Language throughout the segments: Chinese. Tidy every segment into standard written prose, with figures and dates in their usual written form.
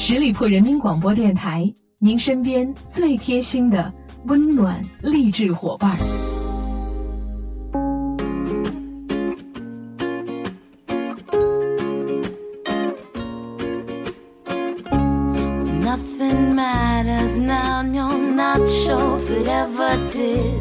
十里铺人民广播电台，您身边最贴心的温暖励志伙伴。 Nothing matters now, you're not sure if it ever did.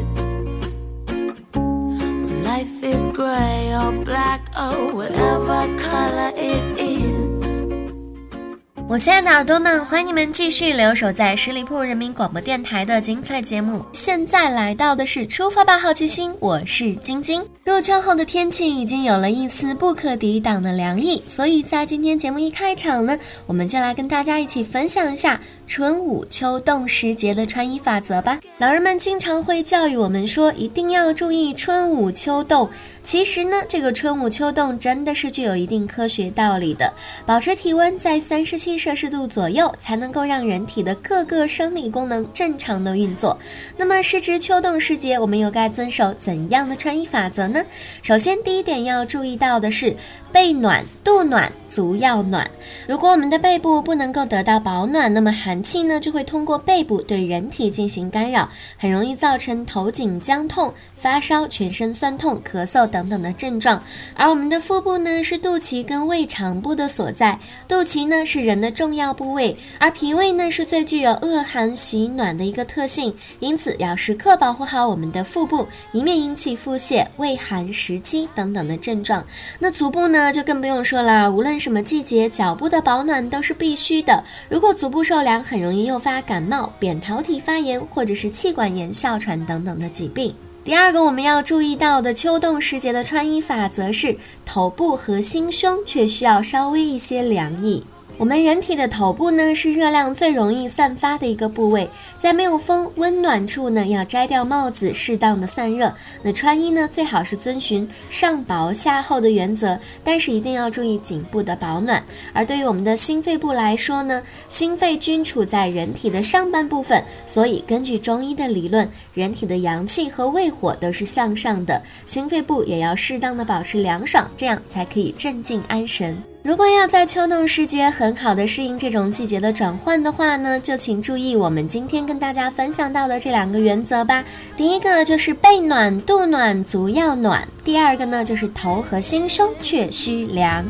Life is gray or black or whatever color it is. 我亲爱的耳朵们，欢迎你们继续留守在十里铺人民广播电台的精彩节目。现在来到的是出发吧好奇心，我是晶晶。入秋后的天气已经有了一丝不可抵挡的凉意，所以在今天节目一开场呢，我们就来跟大家一起分享一下春捂秋冻时节的穿衣法则吧。老人们经常会教育我们说，一定要注意春捂秋冻。其实呢，这个春捂秋冻真的是具有一定科学道理的。保持体温在37摄氏度左右，才能够让人体的各个生理功能正常的运作。那么时值秋冻时节，我们又该遵守怎样的穿衣法则呢？首先第一点要注意到的是，背暖、肚暖、足要暖。如果我们的背部不能够得到保暖，那么寒气呢就会通过背部对人体进行干扰，很容易造成头颈僵痛、发烧、全身酸痛、咳嗽等等的症状。而我们的腹部呢是肚脐跟胃肠部的所在，肚脐呢是人的重要部位，而脾胃呢是最具有恶寒喜暖的一个特性，因此要时刻保护好我们的腹部，以免引起腹泻、胃寒、食积等等的症状。那足部呢就更不用说了，无论什么季节，脚部的保暖都是必须的。如果足部受凉，很容易诱发感冒、扁桃体发炎或者是气管炎、哮喘等等的疾病。第二个我们要注意到的秋冻时节的穿衣法则是，头部和心胸却需要稍微一些凉意。我们人体的头部呢是热量最容易散发的一个部位，在没有风温暖处呢要摘掉帽子，适当的散热。那穿衣呢最好是遵循上薄下厚的原则，但是一定要注意颈部的保暖。而对于我们的心肺部来说呢，心肺均处在人体的上半部分，所以根据中医的理论，人体的阳气和胃火都是向上的，心肺部也要适当的保持凉爽，这样才可以镇静安神。如果要在秋冻时节很好的适应这种季节的转换的话呢，就请注意我们今天跟大家分享到的这两个原则吧。第一个就是背暖、肚暖、足要暖；第二个呢就是头和心胸却需凉。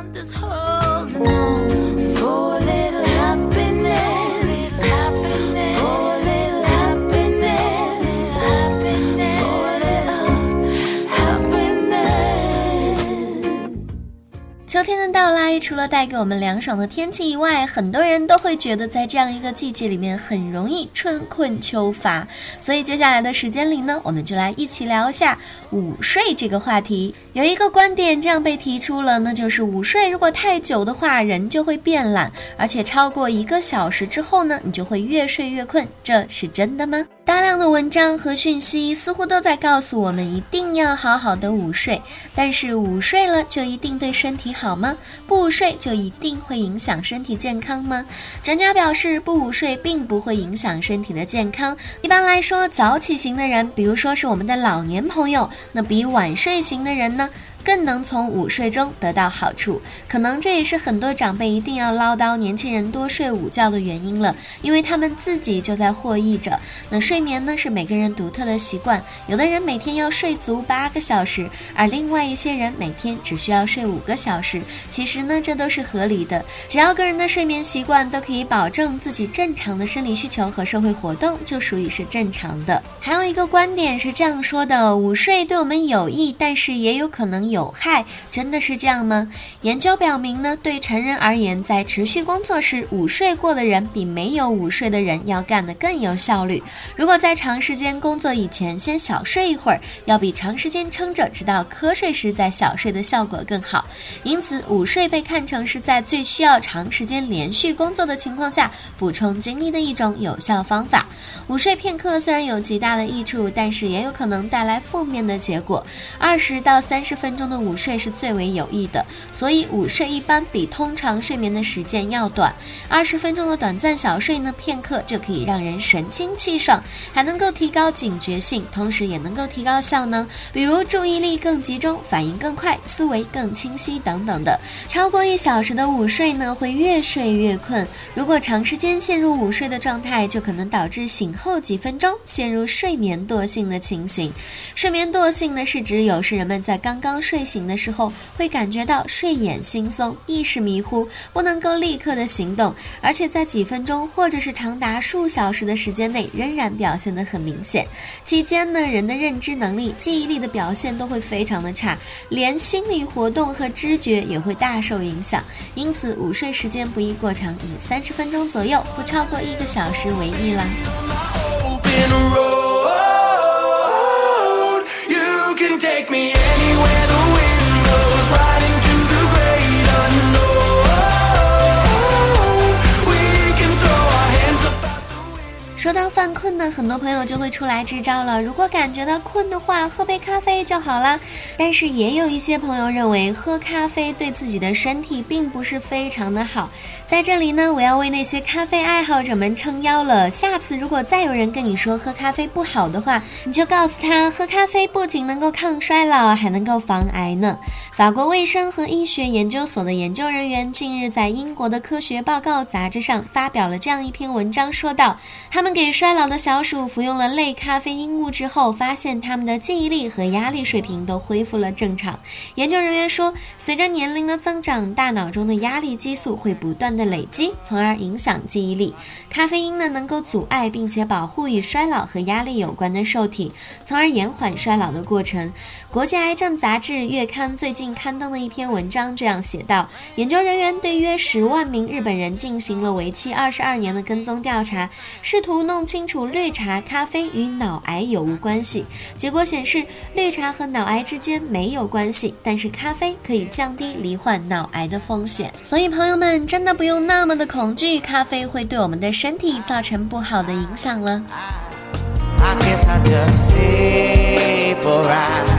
秋天的到来，除了带给我们凉爽的天气以外，很多人都会觉得在这样一个季节里面很容易春困秋乏。所以接下来的时间里呢，我们就来一起聊一下午睡这个话题。有一个观点这样被提出了，那就是午睡如果太久的话，人就会变懒，而且超过1个小时之后呢，你就会越睡越困，这是真的吗？大量的文章和讯息似乎都在告诉我们一定要好好的午睡，但是午睡了就一定对身体好吗？不午睡就一定会影响身体健康吗？专家表示，不午睡并不会影响身体的健康。一般来说，早起型的人，比如说是我们的老年朋友，那比晚睡型的人呢更能从午睡中得到好处。可能这也是很多长辈一定要唠叨年轻人多睡午觉的原因了，因为他们自己就在获益着。那睡眠呢是每个人独特的习惯，有的人每天要睡足8个小时，而另外一些人每天只需要睡5个小时。其实呢这都是合理的，只要个人的睡眠习惯都可以保证自己正常的生理需求和社会活动，就属于是正常的。还有一个观点是这样说的，午睡对我们有益，但是也有可能有害，真的是这样吗？研究表明呢，对成人而言，在持续工作时，午睡过的人比没有午睡的人要干得更有效率。如果在长时间工作以前先小睡一会儿，要比长时间撑着直到瞌睡时再小睡的效果更好。因此，午睡被看成是在最需要长时间连续工作的情况下补充精力的一种有效方法。午睡片刻虽然有极大的益处，但是也有可能带来负面的结果。20到30分钟钟的午睡是最为有益的，所以午睡一般比通常睡眠的时间要短。20分钟的短暂小睡呢，片刻就可以让人神清气爽，还能够提高警觉性，同时也能够提高效能，比如注意力更集中、反应更快、思维更清晰等等的。超过1小时的午睡呢，会越睡越困，如果长时间陷入午睡的状态，就可能导致醒后几分钟陷入睡眠惰性的情形。睡眠惰性呢，是指有时人们在刚刚睡醒的时候会感觉到睡眼惺忪、意识迷糊，不能够立刻的行动，而且在几分钟或者是长达数小时的时间内仍然表现得很明显。期间呢，人的认知能力、记忆力的表现都会非常的差，连心理活动和知觉也会大受影响。因此午睡时间不宜过长，以30分钟左右，不超过1个小时为宜啦。 Take me anywhere the wind goes, right into the great unknown. We can throw our hands up out the wind. 说到犯困呢，很多朋友就会出来支招了，如果感觉到困的话，喝杯咖啡就好啦。但是也有一些朋友认为喝咖啡对自己的身体并不是非常的好。在这里呢，我要为那些咖啡爱好者们撑腰了，下次如果再有人跟你说喝咖啡不好的话，你就告诉他，喝咖啡不仅能够抗衰老，还能够防癌呢。法国卫生和医学研究所的研究人员近日在英国的科学报告杂志上发表了这样一篇文章，说道，他们给衰老的小鼠服用了类咖啡因物质后，发现他们的记忆力和压力水平都恢复了正常。研究人员说，随着年龄的增长，大脑中的压力激素会不断的累积，从而影响记忆力。咖啡因呢，能够阻碍并且保护与衰老和压力有关的受体，从而延缓衰老的过程。国际癌症杂志月刊最近刊登的一篇文章这样写道，研究人员对约10万名日本人进行了为期22年的跟踪调查，试图弄清楚绿茶、咖啡与脑癌有无关系。结果显示，绿茶和脑癌之间没有关系，但是咖啡可以降低罹患脑癌的风险。所以朋友们真的不用那么的恐惧咖啡会对我们的身体造成不好的影响了。 I guess I just vaporize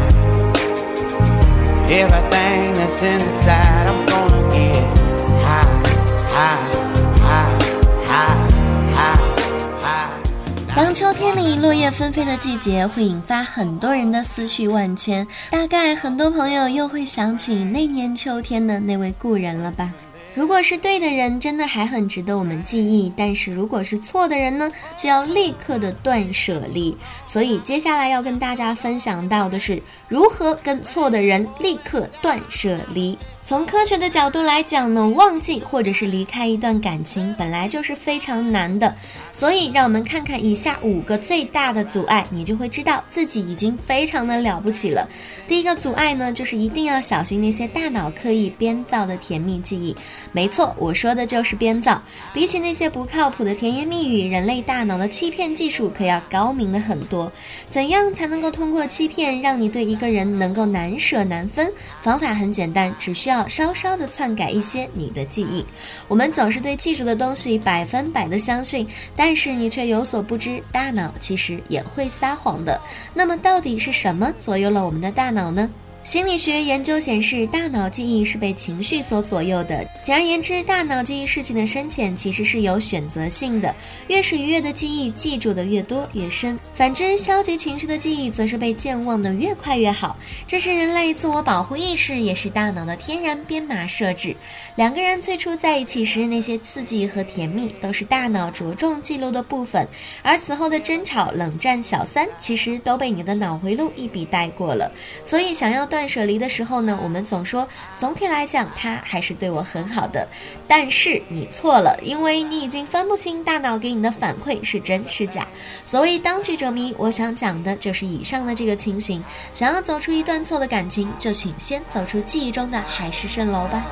everything that's inside. I'm gonna get high, high, high, high, high, high. 当秋天里落叶纷飞的季节，会引发很多人的思绪万千，大概很多朋友又会想起那年秋天的那位故人了吧。如果是对的人，真的还很值得我们记忆，但是如果是错的人呢，就要立刻的断舍离。所以接下来要跟大家分享到的是，如何跟错的人立刻断舍离。从科学的角度来讲呢，忘记或者是离开一段感情本来就是非常难的，所以让我们看看以下5个最大的阻碍，你就会知道自己已经非常的了不起了。第一个阻碍呢，就是一定要小心那些大脑刻意编造的甜蜜记忆。没错，我说的就是编造。比起那些不靠谱的甜言蜜语，人类大脑的欺骗技术可要高明的很多。怎样才能够通过欺骗让你对一个人能够难舍难分？方法很简单，只需要稍稍的篡改一些你的记忆。我们总是对技术的东西100%的相信，但是你却有所不知，大脑其实也会撒谎的。那么到底是什么左右了我们的大脑呢？心理学研究显示，大脑记忆是被情绪所左右的。简而言之，大脑记忆事情的深浅其实是有选择性的，越是愉悦的记忆，记住的越多越深。反之，消极情绪的记忆则是被健忘的越快越好。这是人类自我保护意识，也是大脑的天然编码设置。两个人最初在一起时，那些刺激和甜蜜都是大脑着重记录的部分，而此后的争吵、冷战、小三其实都被你的脑回路一笔带过了。所以想要断舍离的时候呢，我们总说总体来讲他还是对我很好的，但是你错了，因为你已经分不清大脑给你的反馈是真是假。所谓当局者迷，我想讲的就是以上的这个情形。想要走出一段错的感情，就请先走出记忆中的海市蜃楼吧。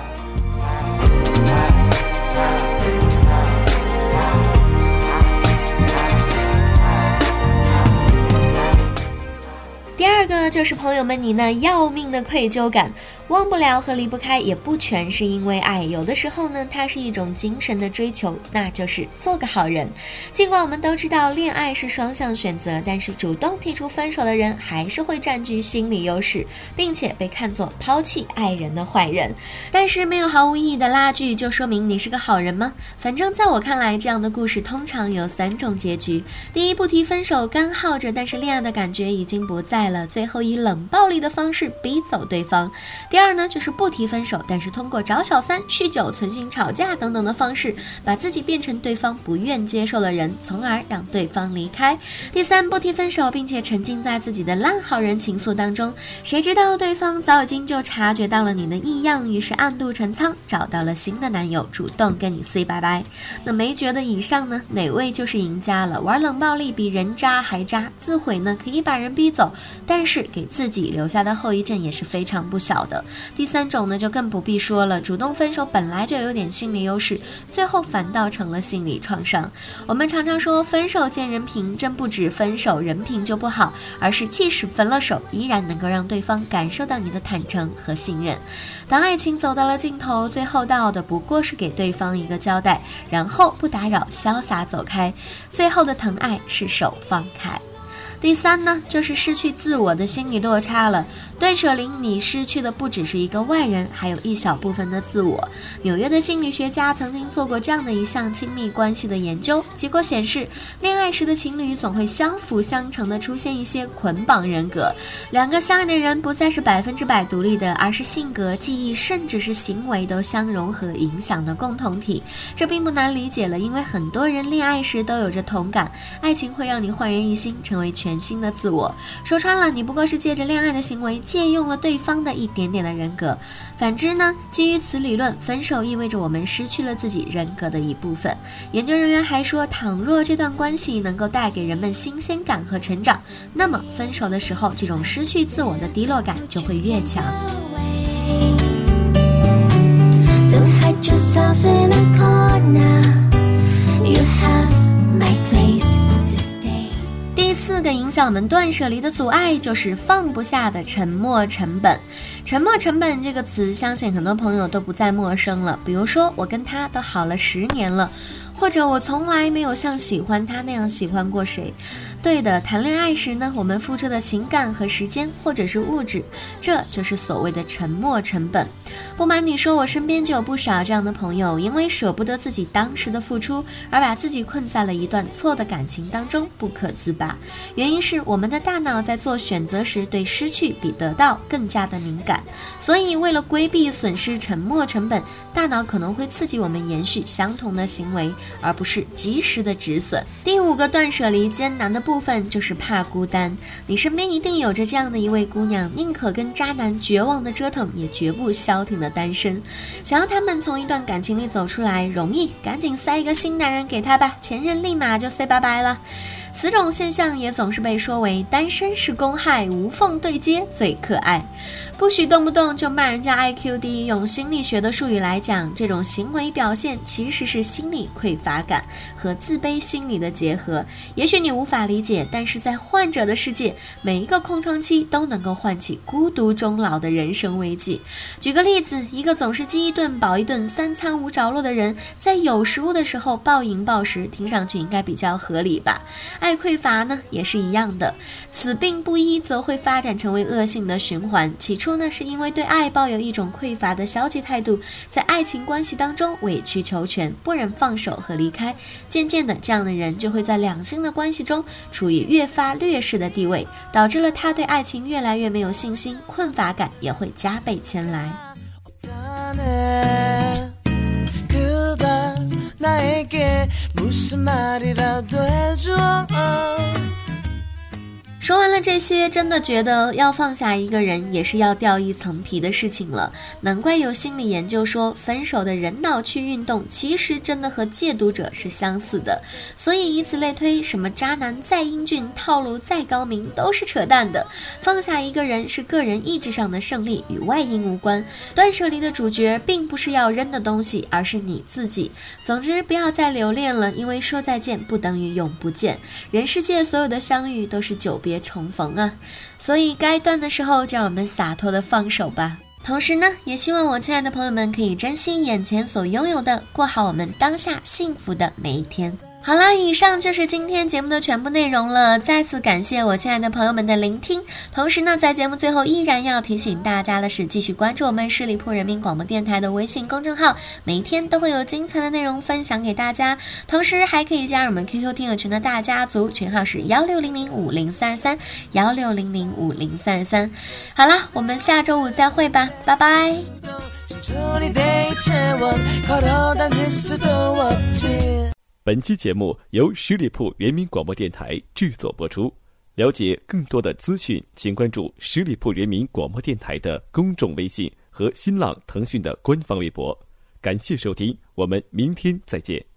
第二个就就是朋友们你那要命的愧疚感。忘不了和离不开也不全是因为爱，有的时候呢，它是一种精神的追求，那就是做个好人。尽管我们都知道恋爱是双向选择，但是主动提出分手的人还是会占据心理优势，并且被看作抛弃爱人的坏人。但是没有毫无意义的拉锯就说明你是个好人吗？反正在我看来，这样的故事通常有3种结局。第一，不提分手干耗着，但是恋爱的感觉已经不在了，最后以冷暴力的方式逼走对方。第二呢，就是不提分手，但是通过找小三、酗酒、存心吵架等等的方式，把自己变成对方不愿接受的人，从而让对方离开。第三，不提分手，并且沉浸在自己的烂好人情愫当中，谁知道对方早已经就察觉到了你的异样，于是暗度陈仓，找到了新的男友，主动跟你 say 拜拜。那没觉得以上呢，哪位就是赢家了？玩冷暴力比人渣还渣，自毁呢可以把人逼走，但是给自己留下的后遗症也是非常不小的。第三种呢就更不必说了，主动分手本来就有点心理优势，最后反倒成了心理创伤。我们常常说分手见人品，真不止分手人品就不好，而是即使分了手，依然能够让对方感受到你的坦诚和信任。当爱情走到了尽头，最后到的不过是给对方一个交代，然后不打扰，潇洒走开。最后的疼爱是手放开。第三呢，就是失去自我的心理落差了。断舍离，你失去的不只是一个外人，还有一小部分的自我。纽约的心理学家曾经做过这样的一项亲密关系的研究，结果显示，恋爱时的情侣总会相辅相成的出现一些捆绑人格。2个相爱的人不再是100%独立的，而是性格、记忆，甚至是行为都相融合影响的共同体。这并不难理解了，因为很多人恋爱时都有着同感，爱情会让你焕然一新，成为全新的自我。说穿了，你不过是借着恋爱的行为借用了对方的一点点的人格。反之呢，基于此理论，分手意味着我们失去了自己人格的一部分。研究人员还说，倘若这段关系能够带给人们新鲜感和成长，那么分手的时候，这种失去自我的低落感就会越强。Don't hide yourselves in a corner. You have my place to stay. 第4个影响我们断舍离的阻碍就是放不下的沉没成本。沉没成本这个词，相信很多朋友都不再陌生了。比如说，我跟他都好了10年了，或者我从来没有像喜欢他那样喜欢过谁。对的，谈恋爱时呢，我们付出的情感和时间，或者是物质，这就是所谓的沉没成本。不瞒你说，我身边就有不少这样的朋友，因为舍不得自己当时的付出，而把自己困在了一段错的感情当中，不可自拔。原因是我们的大脑在做选择时，对失去比得到更加的敏感，所以为了规避损失沉没成本，大脑可能会刺激我们延续相同的行为，而不是及时的止损。第5个断舍离艰难的部分就是怕孤单。你身边一定有着这样的一位姑娘，宁可跟渣男绝望的折腾，也绝不消停的单身。想要他们从一段感情里走出来容易，赶紧塞一个新男人给他吧，前任立马就 say 拜拜了。此种现象也总是被说为单身是公害，无缝对接最可爱。不许动不动就骂人家 IQ 低，用心理学的术语来讲，这种行为表现其实是心理匮乏感和自卑心理的结合。也许你无法理解，但是在患者的世界，每一个空窗期都能够唤起孤独终老的人生危机。举个例子，一个总是饥一顿饱一顿3餐无着落的人，在有食物的时候暴饮暴食，听上去应该比较合理吧。爱匮乏呢也是一样的，此病不医则会发展成为恶性的循环。起初呢是因为对爱抱有一种匮乏的消极态度，在爱情关系当中委曲求全，不忍放手和离开，渐渐的这样的人就会在两性的关系中处于越发劣势的地位，导致了他对爱情越来越没有信心，困乏感也会加倍牵来。说完了这些，真的觉得要放下一个人也是要掉一层皮的事情了。难怪有心理研究说，分手的人脑区运动其实真的和戒毒者是相似的。所以以此类推，什么渣男再英俊，套路再高明都是扯淡的。放下一个人是个人意志上的胜利，与外因无关。断舍离的主角并不是要扔的东西，而是你自己。总之不要再留恋了，因为说再见不等于永不见。人世界所有的相遇都是久别别重逢啊，所以该断的时候就让我们洒脱的放手吧。同时呢，也希望我亲爱的朋友们可以珍惜眼前所拥有的，过好我们当下幸福的每一天。好啦，以上就是今天节目的全部内容了，再次感谢我亲爱的朋友们的聆听。同时呢，在节目最后依然要提醒大家的是，继续关注我们十里铺人民广播电台的微信公众号，每一天都会有精彩的内容分享给大家。同时还可以加入我们 QQ 听友群的大家族，群号是16005033 16005033。好啦，我们下周五再会吧，拜拜。 本期节目由十里铺人民广播电台制作播出。了解更多的资讯，请关注十里铺人民广播电台的公众微信和新浪、腾讯的官方微博。感谢收听，我们明天再见。